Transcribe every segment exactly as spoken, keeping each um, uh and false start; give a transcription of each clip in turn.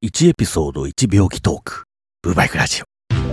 いちエピソードいち病気トーク、ブーバイクラジオ。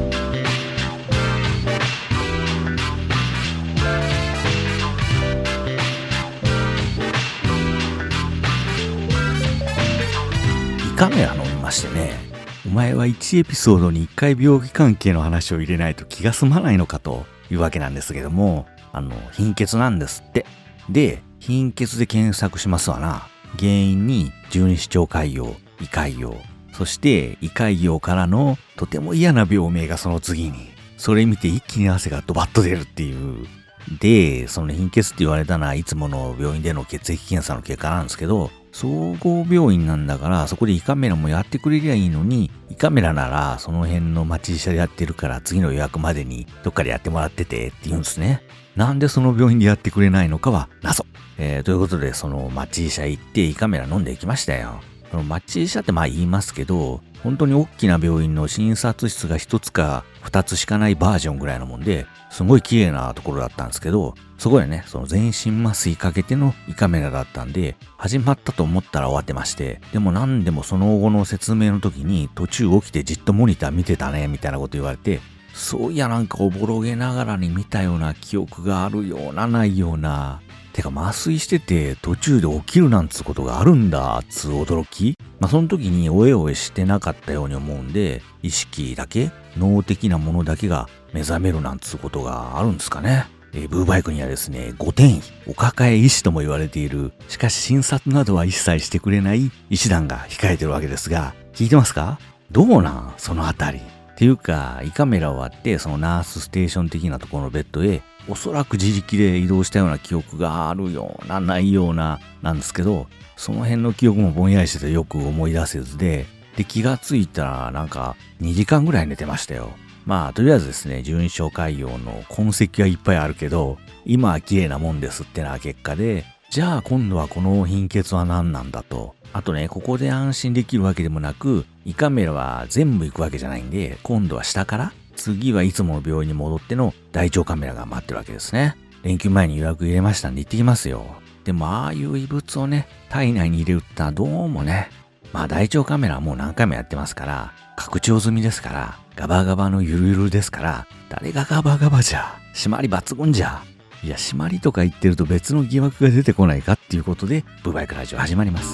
胃カメラ飲みましてね、お前はいちエピソードにいっかい病気関係の話を入れないと気が済まないのかというわけなんですけども、あの貧血なんですって。で、貧血で検索しますわな。原因に十二指腸潰瘍、胃潰瘍、そして胃潰瘍からのとても嫌な病名がその次に、それ見て一気に汗がドバッと出るっていう。で、その貧血って言われたのはいつもの病院での血液検査の結果なんですけど、総合病院なんだからそこで胃カメラもやってくれりゃいいのに、胃カメラならその辺の町医者でやってるから次の予約までにどっかでやってもらっててって言うんですね。なんでその病院でやってくれないのかは謎。えー、ということでその町医者行って胃カメラ飲んできましたよ。その町医者ってまあ言いますけど、本当に大きな病院の診察室が一つか二つしかないバージョンぐらいのもんで、すごい綺麗なところだったんですけど、そこでね、その全身麻酔かけての胃カメラだったんで、始まったと思ったら終わってまして、でも何でもその後の説明の時に途中起きてじっとモニター見てたね、みたいなこと言われて、そういやなんかおぼろげながらに見たような記憶があるようなないような、てか麻酔してて途中で起きるなんつうことがあるんだつう驚き。まあその時におえおえしてなかったように思うんで、意識だけ脳的なものだけが目覚めるなんつうことがあるんですかね。えー、ブーバイクにはですね、ご転移、お抱え医師とも言われている、しかし診察などは一切してくれない医師団が控えてるわけですが、聞いてますか？どうなんそのあたり。っていうか、胃カメラ終わってそのナースステーション的なところのベッドへおそらく自力で移動したような記憶があるようなないようななんですけど、その辺の記憶もぼんやりしててよく思い出せずで、で気がついたらなんかにじかんぐらい寝てましたよ。まあとりあえずですね、十二指腸潰瘍の痕跡はいっぱいあるけど、今は綺麗なもんですってな結果で、じゃあ今度はこの貧血は何なんだと。あとね、ここで安心できるわけでもなく、胃カメラは全部行くわけじゃないんで、今度は下から次はいつもの病院に戻っての大腸カメラが待ってるわけですね。連休前に予約入れましたんで行ってきますよ。でもああいう異物をね、体内に入れるってのはどうもね、まあ大腸カメラはもう何回もやってますから、拡張済みですから、ガバガバのゆるゆるですから、誰がガバガバじゃ、締まり抜群じゃ。いや、締まりとか言ってると別の疑惑が出てこないかっていうことで、ブーバイクラジオ始まります。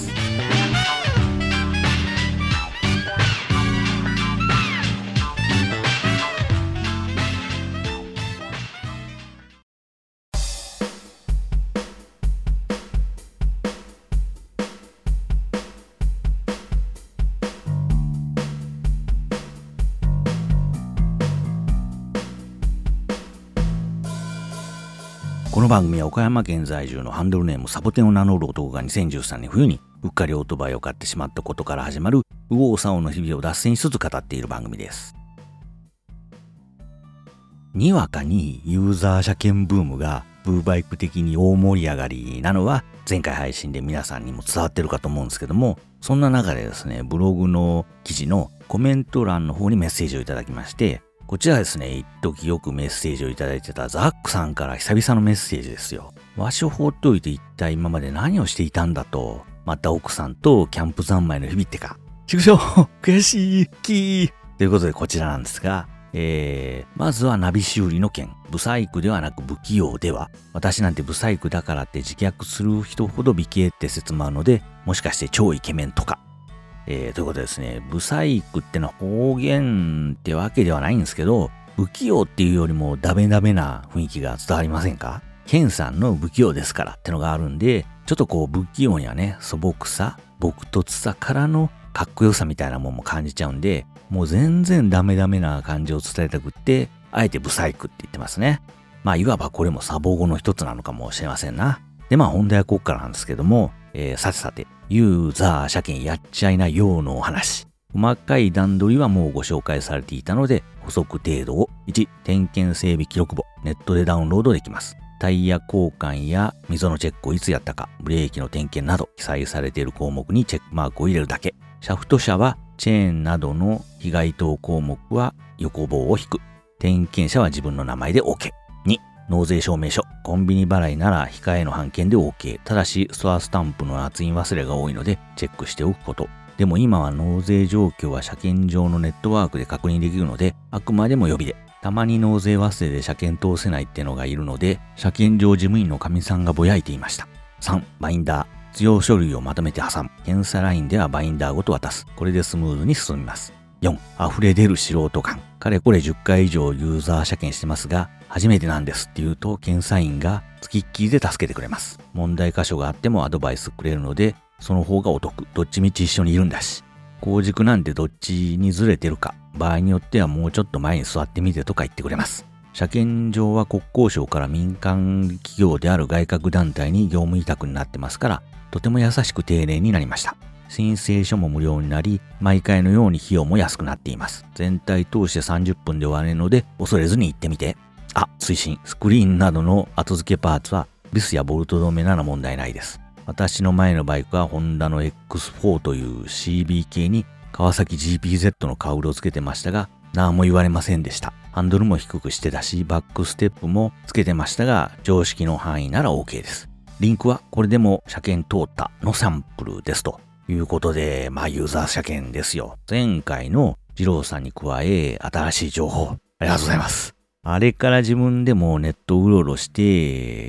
この番組は岡山県在住のハンドルネームサボテンを名乗る男がにせんじゅうさんねん冬にうっかりオートバイを買ってしまったことから始まる右往左往の日々を脱線しつつ語っている番組です。にわかにユーザー車検ブームがブーバイク的に大盛り上がりなのは前回配信で皆さんにも伝わってるかと思うんですけども、そんな中でですね、ブログの記事のコメント欄の方にメッセージをいただきまして、こちらはですね、一時よくメッセージをいただいてたザックさんから久々のメッセージですよ。わしを放っておいて一体今まで何をしていたんだと。また奥さんとキャンプ三昧の日々ってか。畜生悔しいキーということでこちらなんですが、えー、まずはナビ修理の件。ブサイクではなく不器用では。私なんてブサイクだからって自虐する人ほど美形って説もあるので、もしかして超イケメンとか。えー、ということでですね、ブサイクってのは方言ってわけではないんですけど、不器用っていうよりもダメダメな雰囲気が伝わりませんか？ケンさんの不器用ですからってのがあるんで、ちょっとこう不器用やね、素朴さ、朴突さからのかっこよさみたいなもんも感じちゃうんで、もう全然ダメダメな感じを伝えたくって、あえてブサイクって言ってますね。まあいわばこれもサボ語の一つなのかもしれませんな。でまあ本題はここからなんですけども、えー、さてさて、ユーザー車検やっちゃいなようのお話。細かい段取りはもうご紹介されていたので、補足程度をいち、点検整備記録簿、ネットでダウンロードできます。タイヤ交換や溝のチェックをいつやったか、ブレーキの点検など記載されている項目にチェックマークを入れるだけ。シャフト車はチェーンなどの被害等項目は横棒を引く。点検者は自分の名前で OK。に、納税証明書。コンビニ払いなら控えの半券で OK。ただし、ストアスタンプの捺印忘れが多いのでチェックしておくこと。 でも今は納税状況は車検上のネットワークで確認できるので、あくまでも予備で。たまに納税忘れで車検通せないってのがいるので、車検場事務員の神さんがぼやいていました。さん、バインダー。必要書類をまとめて挟む。検査ラインではバインダーごと渡す。これでスムーズに進みます。よん、溢れ出る素人感。かれこれじゅっかい以上ユーザー車検してますが、初めてなんですって言うと検査員が付きっきりで助けてくれます。問題箇所があってもアドバイスくれるので、その方がお得。どっちみち一緒にいるんだし。工軸なんてどっちにずれてるか、場合によってはもうちょっと前に座ってみてとか言ってくれます。車検場は国交省から民間企業である外郭団体に業務委託になってますから、とても優しく丁寧になりました。申請書も無料になり、毎回のように費用も安くなっています。全体通してさんじゅっぷんで終われるので、恐れずに行ってみて。あ、推進。スクリーンなどの後付けパーツは、ビスやボルト止めなら問題ないです。私の前のバイクはホンダの エックスフォー という シービー 系に川崎 ジーピーゼット のカウルをつけてましたが、何も言われませんでした。ハンドルも低くしてたし、バックステップもつけてましたが、常識の範囲なら OK です。リンクはこれでも車検通ったのサンプルですということで、まあユーザー車検ですよ。前回の二郎さんに加え、新しい情報、ありがとうございます。あれから自分でもネットうろうろして、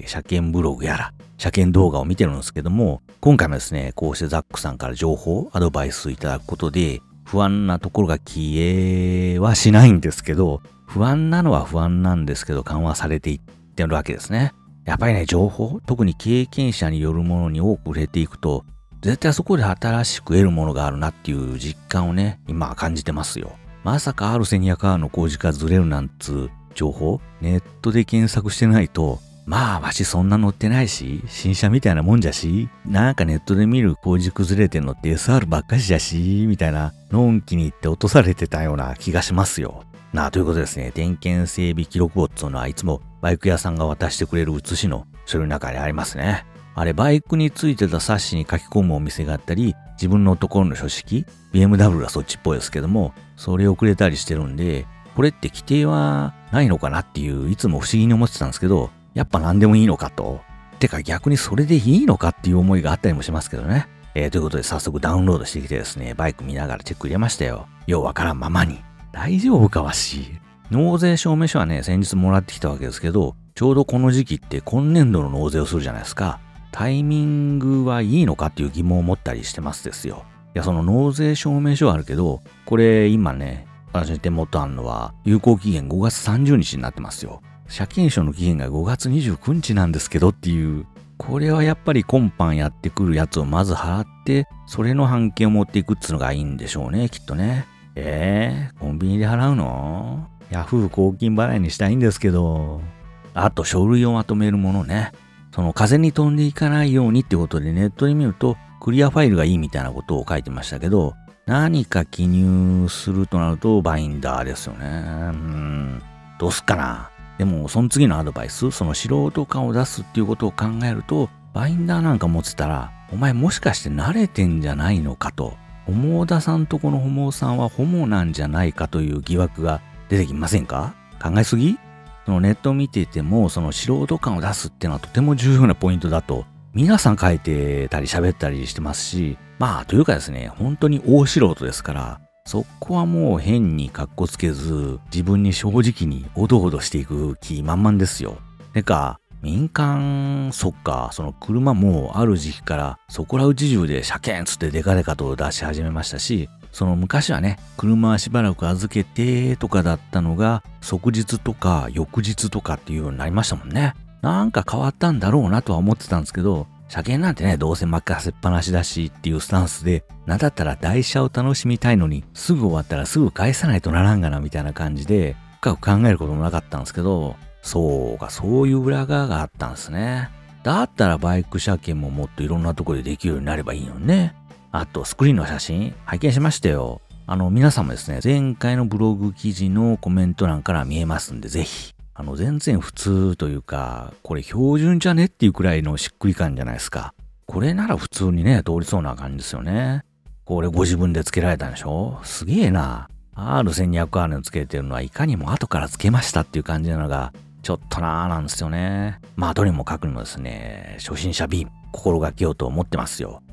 車検ブログやら、車検動画を見てるんですけども、今回もですね、こうしてザックさんから情報、アドバイスいただくことで、不安なところが消えはしないんですけど、不安なのは不安なんですけど、緩和されていってるわけですね。やっぱりね、情報、特に経験者によるものに多く触れていくと、絶対そこで新しく得るものがあるなっていう実感をね、今は感じてますよ。まさか アールせんにひゃくアール の工事がずれるなんつう情報、ネットで検索してないと、まあ、わしそんな乗ってないし、新車みたいなもんじゃし、なんかネットで見る工事崩れてんのって エスアール ばっかしじゃし、みたいな、のんきに言って落とされてたような気がしますよ。なあ、ということですね、点検整備記録簿っていうのはいつもバイク屋さんが渡してくれる写しの書類の中にありますね。あれ、バイクについてた冊子に書き込むお店があったり、自分のところの書式、ビーエムダブリュー がそっちっぽいですけども、それをくれたりしてるんで、これって規定はないのかなっていう、いつも不思議に思ってたんですけど、やっぱ何でもいいのかと。てか逆にそれでいいのかっていう思いがあったりもしますけどね。えー、ということで早速ダウンロードしてきてですね、バイク見ながらチェック入れましたよ。ようわからんままに。大丈夫かわし。納税証明書はね、先日もらってきたわけですけど、ちょうどこの時期って今年度の納税をするじゃないですか。タイミングはいいのかっていう疑問を持ったりしてますですよ。いや、その納税証明書はあるけど、これ今ね、私の手元あるのは有効期限ごがつさんじゅうにちになってますよ。車検証の期限がごがつにじゅうくにちなんですけどっていう、これはやっぱり今般やってくるやつをまず払って、それの半径を持っていくっつうのがいいんでしょうね、きっとね。えー、コンビニで払うの？ヤフー公金払いにしたいんですけど。あと書類をまとめるものね。その風に飛んでいかないようにってことでネットで見るとクリアファイルがいいみたいなことを書いてましたけど、何か記入するとなるとバインダーですよね。うーん、どうすっかな。でも、その次のアドバイス、その素人感を出すっていうことを考えると、バインダーなんか持ってたら、お前もしかして慣れてんじゃないのかと、ホモ田さんとこのホモさんはホモなんじゃないかという疑惑が出てきませんか？考えすぎ？そのネットを見ていても、その素人感を出すっていうのはとても重要なポイントだと、皆さん書いてたり喋ったりしてますし、まあ、というかですね、本当に大素人ですから、そこはもう変に格好つけず、自分に正直におどおどしていく気満々ですよ。てか、民間、そっか、その車もある時期からそこらうち中で車検つってデカデカと出し始めましたし、その昔はね、車はしばらく預けてとかだったのが、即日とか翌日とかっていうようになりましたもんね。なんか変わったんだろうなとは思ってたんですけど、車検なんてね、どうせ任せっぱなしだしっていうスタンスで、なんだったら台車を楽しみたいのに、すぐ終わったらすぐ返さないとならんがなみたいな感じで、深く考えることもなかったんですけど、そうか、そういう裏側があったんですね。だったらバイク車検ももっといろんなところでできるようになればいいのにね。あと、スクリーンの写真、拝見しましたよ。あの、皆さんもですね、前回のブログ記事のコメント欄から見えますんで、ぜひ。あの、全然普通というか、これ標準じゃねっていうくらいのしっくり感じゃないですか。これなら普通にね、通りそうな感じですよね。これご自分でつけられたんでしょ？すげえな。アールせんにひゃくアール につけてるのはいかにも後からつけましたっていう感じなのが、ちょっとなーなんですよね。まあ、どれも書くにもですね、初心者 B、心がけようと思ってますよ。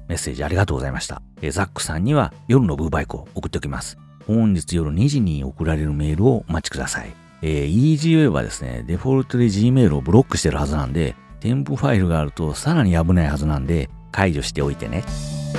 メッセージありがとうございました。えー、ザックさんには夜のブーバイクを送っておきます。本日夜にじに送られるメールをお待ちください。えー、イージーウェイ はですね、デフォルトで Gmail をブロックしてるはずなんで、添付ファイルがあるとさらに危ないはずなんで、解除しておいてね。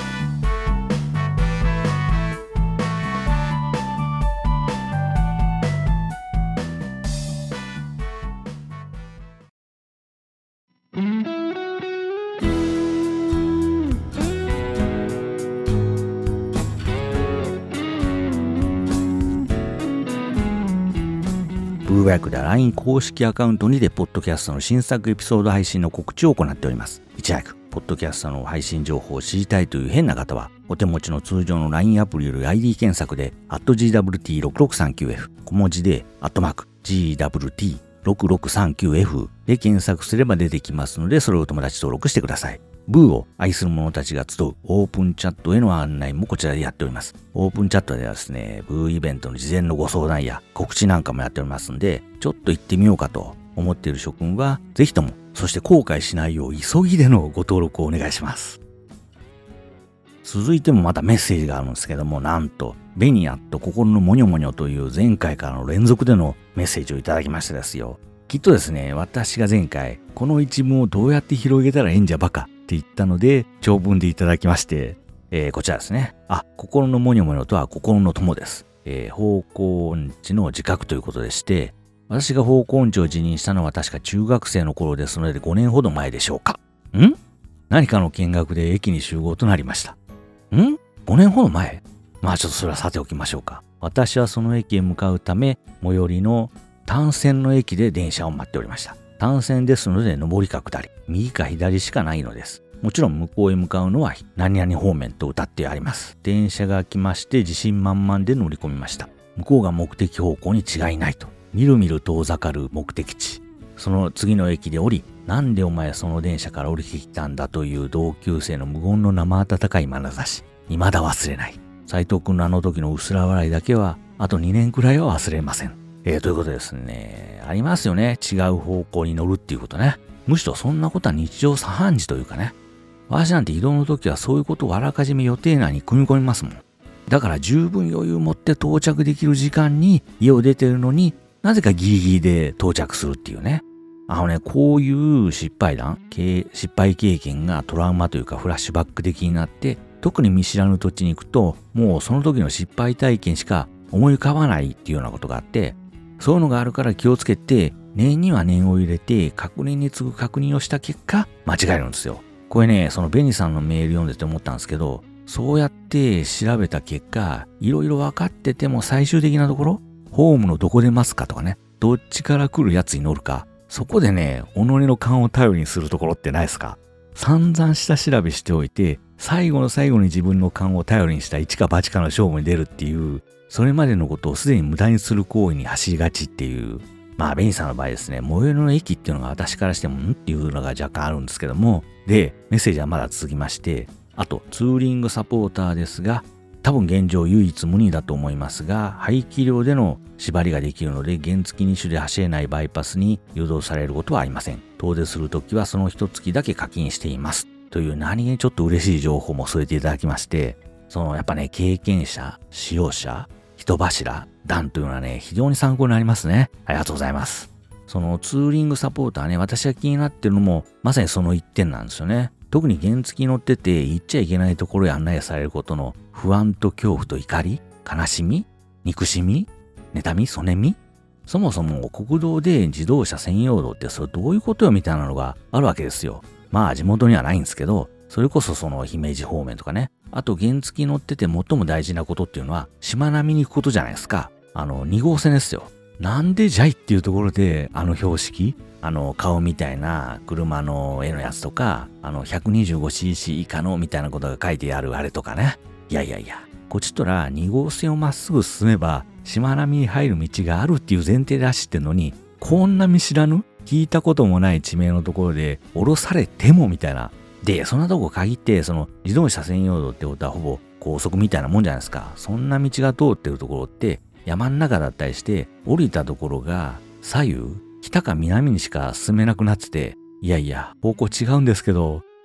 ブーバイクでは ライン 公式アカウントにてポッドキャストの新作エピソード配信の告知を行っております。いち早くポッドキャストの配信情報を知りたいという変な方は、お手持ちの通常の ライン アプリより アイディー 検索で アットジーダブリューティーろくろくさんきゅうエフ 小文字でアットマーク ジーダブリューティーろくろくさんきゅうエフ で検索すれば出てきますので、それをお友達登録してください。ブーを愛する者たちが集うオープンチャットへの案内もこちらでやっております。オープンチャットではですね、ブーイベントの事前のご相談や告知なんかもやっておりますんで、ちょっと行ってみようかと思っている諸君は、ぜひとも、そして後悔しないよう急ぎでのご登録をお願いします。続いてもまたメッセージがあるんですけども、なんと、ベニアット心のモニョモニョという前回からの連続でのメッセージをいただきましてですよ。きっとですね、私が前回、この一文をどうやって広げたらええんじゃバカって言ったので、長文でいただきまして、えー、こちらですね。あ、心のモニョモニョとは心の友です。えー、方向音痴の自覚ということでして、私が方向音痴を辞任したのは確か中学生の頃ですのでごねんほど前でしょうか。ん何かの見学で駅に集合となりました。ん ?ご 年ほど前？まあちょっとそれはさておきましょうか。私はその駅へ向かうため、最寄りの単線の駅で電車を待っておりました。単線ですので上りか下り、右か左しかないのです。もちろん向こうへ向かうのは何々方面と歌ってあります。電車が来まして自信満々で乗り込みました。向こうが目的方向に違いないと。みるみる遠ざかる目的地。その次の駅で降り、なんでお前その電車から降りてきたんだという同級生の無言の生温かい眼差し。未だ忘れない。斉藤くんのあの時の薄ら笑いだけは、あとにねんくらいは忘れません。えー、ということでですね、ありますよね。違う方向に乗るっていうことね。むしろそんなことは日常茶飯事というかね。私なんて移動の時はそういうことをあらかじめ予定内に組み込みますもん。だから十分余裕持って到着できる時間に家を出てるのになぜかギリギリで到着するっていうね。あのね、こういう失敗談、失敗経験がトラウマというかフラッシュバック的になって、特に見知らぬ土地に行くと、もうその時の失敗体験しか思い浮かばないっていうようなことがあって、そういうのがあるから気をつけて、念には念を入れて、確認に次ぐ確認をした結果、間違えるんですよ。これね、そのベニさんのメール読んでて思ったんですけど、そうやって調べた結果、いろいろ分かってても最終的なところ、ホームのどこで待つかとかね、どっちから来るやつに乗るか、そこでね、己の勘を頼りにするところってないですか？散々下調べしておいて、最後の最後に自分の勘を頼りにした一か八かの勝負に出るっていう、それまでのことをすでに無駄にする行為に走りがちっていう、まあ、ベニさんの場合ですね、最寄りの駅っていうのが私からしても、んっていうのが若干あるんですけども、で、メッセージはまだ続きまして、あと、ツーリングサポーターですが、多分現状唯一無二だと思いますが、排気量での縛りができるので、原付に種で走れないバイパスに誘導されることはありません。遠出するときはその一月だけ課金しています。という何気にちょっと嬉しい情報も添えていただきまして、そのやっぱね、経験者、使用者、人柱、団というのはね、非常に参考になりますね。ありがとうございます。そのツーリングサポーターね、私が気になってるのも、まさにその一点なんですよね。特に原付に乗ってて、行っちゃいけないところへ案内されることの不安と恐怖と怒り、悲しみ、憎しみ、妬み、そねみ。そもそも国道で自動車専用道ってそれどういうことよみたいなのがあるわけですよ。まあ地元にはないんですけど、それこそその姫路方面とかね。あと原付乗ってて最も大事なことっていうのは、しまなみに行くことじゃないですか。あの、に号線ですよ。なんでじゃいっていうところで、あの標識、あの顔みたいな車の絵のやつとか、あの ひゃくにじゅうごシーシー 以下のみたいなことが書いてあるあれとかね。いやいやいや、こっちとらに号線をまっすぐ進めば、しまなみに入る道があるっていう前提で走ってんのに、こんな見知らぬ聞いたこともない地名のところで降ろされてもみたいな。で、そんなとこ限って、その自動車専用道ってことはほぼ高速みたいなもんじゃないですか。そんな道が通ってるところって山の中だったりして、降りたところが左右、北か南にしか進めなくなってて、いやいや、方向違うんですけど、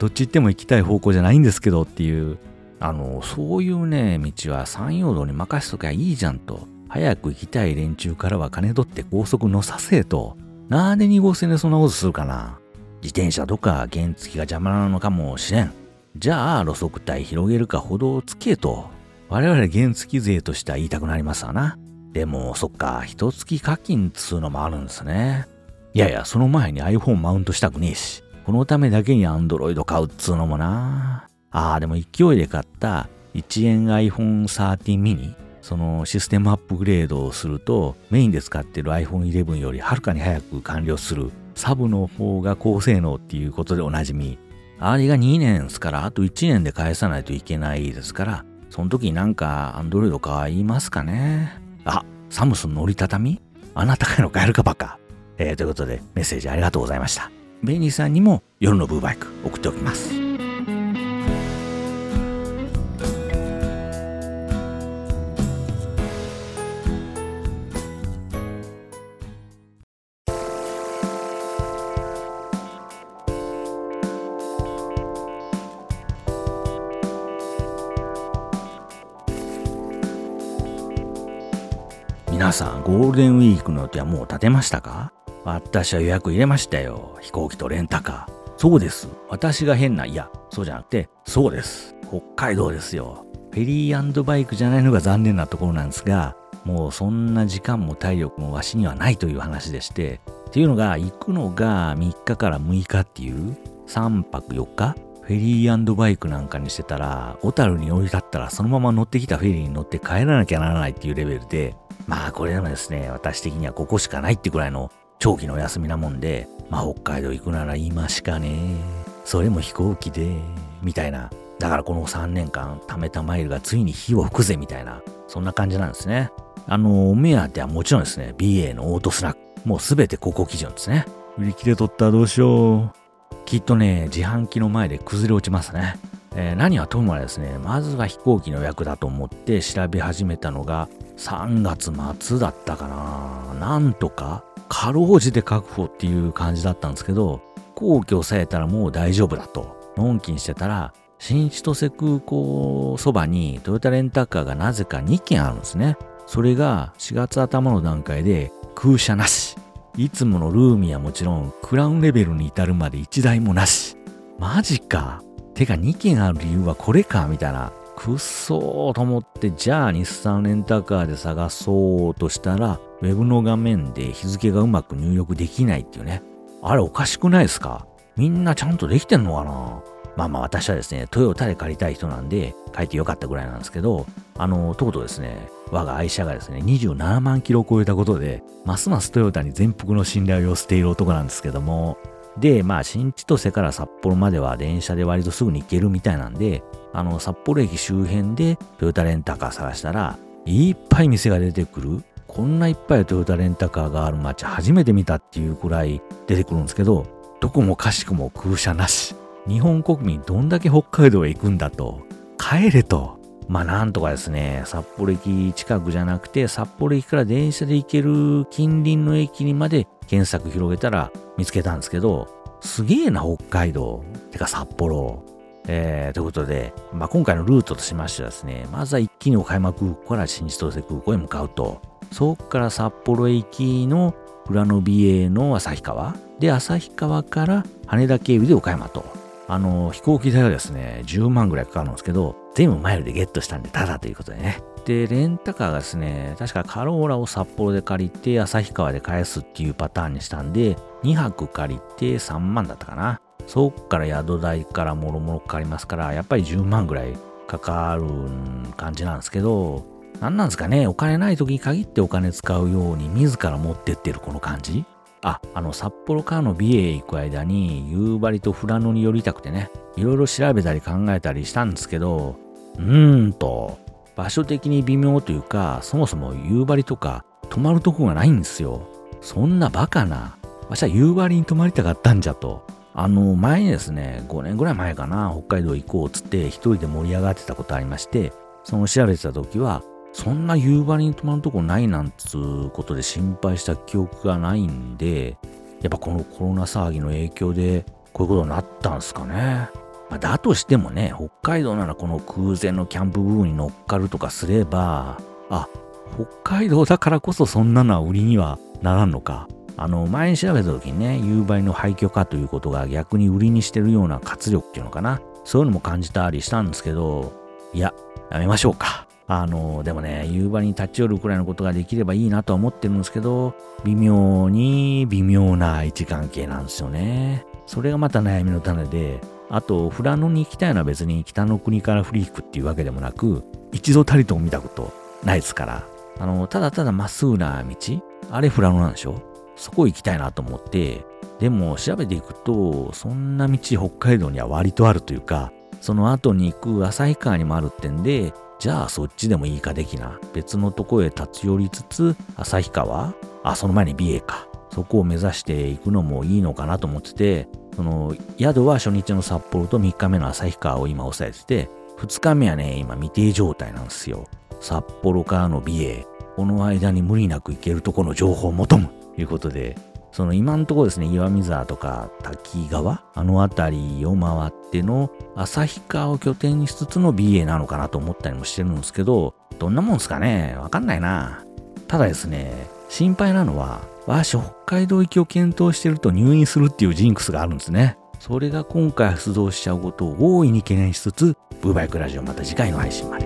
どっち行っても行きたい方向じゃないんですけどっていう、あの、そういうね、道は山陽道に任せときゃいいじゃんと。早く行きたい連中からは金取って高速乗させえと。なんでに号線でそんなことするかな。自転車とか原付が邪魔なのかもしれん。じゃあ路側帯広げるか歩道をつけと。我々原付税としては言いたくなりますわな。でも、そっか、一月課金っつうのもあるんですね。いやいや、その前に iPhone マウントしたくねえし、このためだけに Android 買うっつうのもな。ああ、でも勢いで買ったいちえん アイフォンサーティーン mini、そのシステムアップグレードをすると、メインで使ってる アイフォンイレブン よりはるかに早く完了する、サブの方が高性能っていうことでおなじみ。あれがにねんですから、あといちねんで返さないといけないですから、その時になんか Android 買いますかね。あ、サムスンの折りたたみ？あんな高いの買えるかバカ。えー、ということでメッセージありがとうございました。ベニーさんにも夜のブーバイク送っておきます。皆さん、ゴールデンウィークの予定はもう立てましたか？私は予約入れましたよ。飛行機とレンタカー。そうです。私が変な、いや、そうじゃなくて、そうです。北海道ですよ。フェリー&バイクじゃないのが残念なところなんですが、もうそんな時間も体力もわしにはないという話でして、っていうのが、行くのがみっかからむいかっていうさんぱくよっかフェリー&バイクなんかにしてたら、小樽に降り立ったらそのまま乗ってきたフェリーに乗って帰らなきゃならないっていうレベルで、まあこれでもですね、私的にはここしかないってくらいの長期のお休みなもんで、まあ北海道行くなら今しかね、それも飛行機で、みたいな。だからこのさんねんかん貯めたマイルがついに火を吹くぜみたいな、そんな感じなんですね。あの、お目当てはもちろんですね、ビーエー のオートスナック。もうすべてここ基準ですね。売り切れ取ったらどうしよう。きっとね、自販機の前で崩れ落ちますね。えー、何はともあれですね、まずは飛行機の予約だと思って調べ始めたのがさんがつまつだったかな。なんとかかろうじて確保っていう感じだったんですけど、皇居さえたらもう大丈夫だとのんきにしてたら、新千歳空港そばにトヨタレンタカーがなぜかにけんあるんですね。それがしがつあたまの段階で空車なし。いつものルーミーはもちろんクラウンレベルに至るまでいちだいもなし。マジか。てかにけんある理由はこれかみたいな。くっそーと思って、じゃあ日産レンタカーで探そうとしたら、ウェブの画面で日付がうまく入力できないっていうね。あれおかしくないですか？みんなちゃんとできてんのかな？まあまあ私はですね、トヨタで借りたい人なんで、書いてよかったぐらいなんですけど、あの、とうとうですね、我が愛車がですね、にじゅうななまんキロを超えたことで、ますますトヨタに全幅の信頼を寄せている男なんですけども、で、まあ、新千歳から札幌までは電車で割とすぐに行けるみたいなんで、あの、札幌駅周辺でトヨタレンタカー探したら、いっぱい店が出てくる。こんないっぱいトヨタレンタカーがある街初めて見たっていうくらい出てくるんですけど、どこもかしくも空車なし。日本国民どんだけ北海道へ行くんだと。帰れと。まあなんとかですね、札幌駅近くじゃなくて、札幌駅から電車で行ける近隣の駅にまで検索広げたら見つけたんですけど、すげえな北海道。てか札幌。えー、ということで、まあ今回のルートとしましてはですね、まずは一気に岡山空港から新千歳空港へ向かうと、そこから札幌駅の富良野美瑛の旭川。で、旭川から羽田経由で岡山と。あの、飛行機代はですね、じゅうまんぐらいかかるんですけど、全部マイルでゲットしたんで、ただということでね。で、レンタカーがですね、確かカローラを札幌で借りて、旭川で返すっていうパターンにしたんで、にはく借りてさんまんだったかな。そっから宿代からもろもろかかりますから、やっぱりじゅうまんぐらいかかる感じなんですけど、なんなんですかね、お金ない時に限ってお金使うように自ら持ってってるこの感じ。あ、あの、札幌からの美瑛行く間に、夕張と富良野に寄りたくてね、いろいろ調べたり考えたりしたんですけど、うーんと、場所的に微妙というか、そもそも夕張とか泊まるとこがないんですよ。そんなバカな。わしは夕張に泊まりたかったんじゃと。あの、前にですね、ごねんぐらい前かな、北海道行こうっつって一人で盛り上がってたことありまして、その調べてた時は、そんな夕張に泊まるとこないなんつうことで心配した記憶がないんで、やっぱこのコロナ騒ぎの影響でこういうことになったんですかね。 まあ、だとしてもね、北海道ならこの空前のキャンプブームに乗っかるとかすれば、あ、北海道だからこそそんなのは売りにはならんのか。あの、前に調べた時にね、夕張の廃墟化ということが逆に売りにしてるような活力っていうのかな。そういうのも感じたりしたんですけど、いや、やめましょうか。あの、でもね、夕張に立ち寄るくらいのことができればいいなとは思ってるんですけど、微妙に微妙な位置関係なんですよね。それがまた悩みの種で、あと、富良野に行きたいのは別に北の国からフリークっていうわけでもなく、一度たりとも見たことないですから、あの、ただただまっすぐな道、あれ富良野なんでしょ？そこ行きたいなと思って、でも調べていくと、そんな道北海道には割とあるというか、その後に行く旭川にもあるってんで、じゃあそっちでもいいか的な別のとこへ立ち寄りつつ、旭川、あ、その前に美瑛か。そこを目指していくのもいいのかなと思ってて、その宿は初日の札幌とみっかめの旭川を今押さえてて、ふつかめはね、今未定状態なんですよ。札幌からの美瑛、この間に無理なく行けるところの情報を求むということで、その今のところですね、岩見沢とか滝川、あの辺りを回っての旭川を拠点にしつつの美瑛なのかなと思ったりもしてるんですけど、どんなもんすかね、わかんないな。ただですね、心配なのは、わし北海道行きを検討してると入院するっていうジンクスがあるんですね。それが今回出動しちゃうことを大いに懸念しつつ、ブーバイクラジオまた次回の配信まで。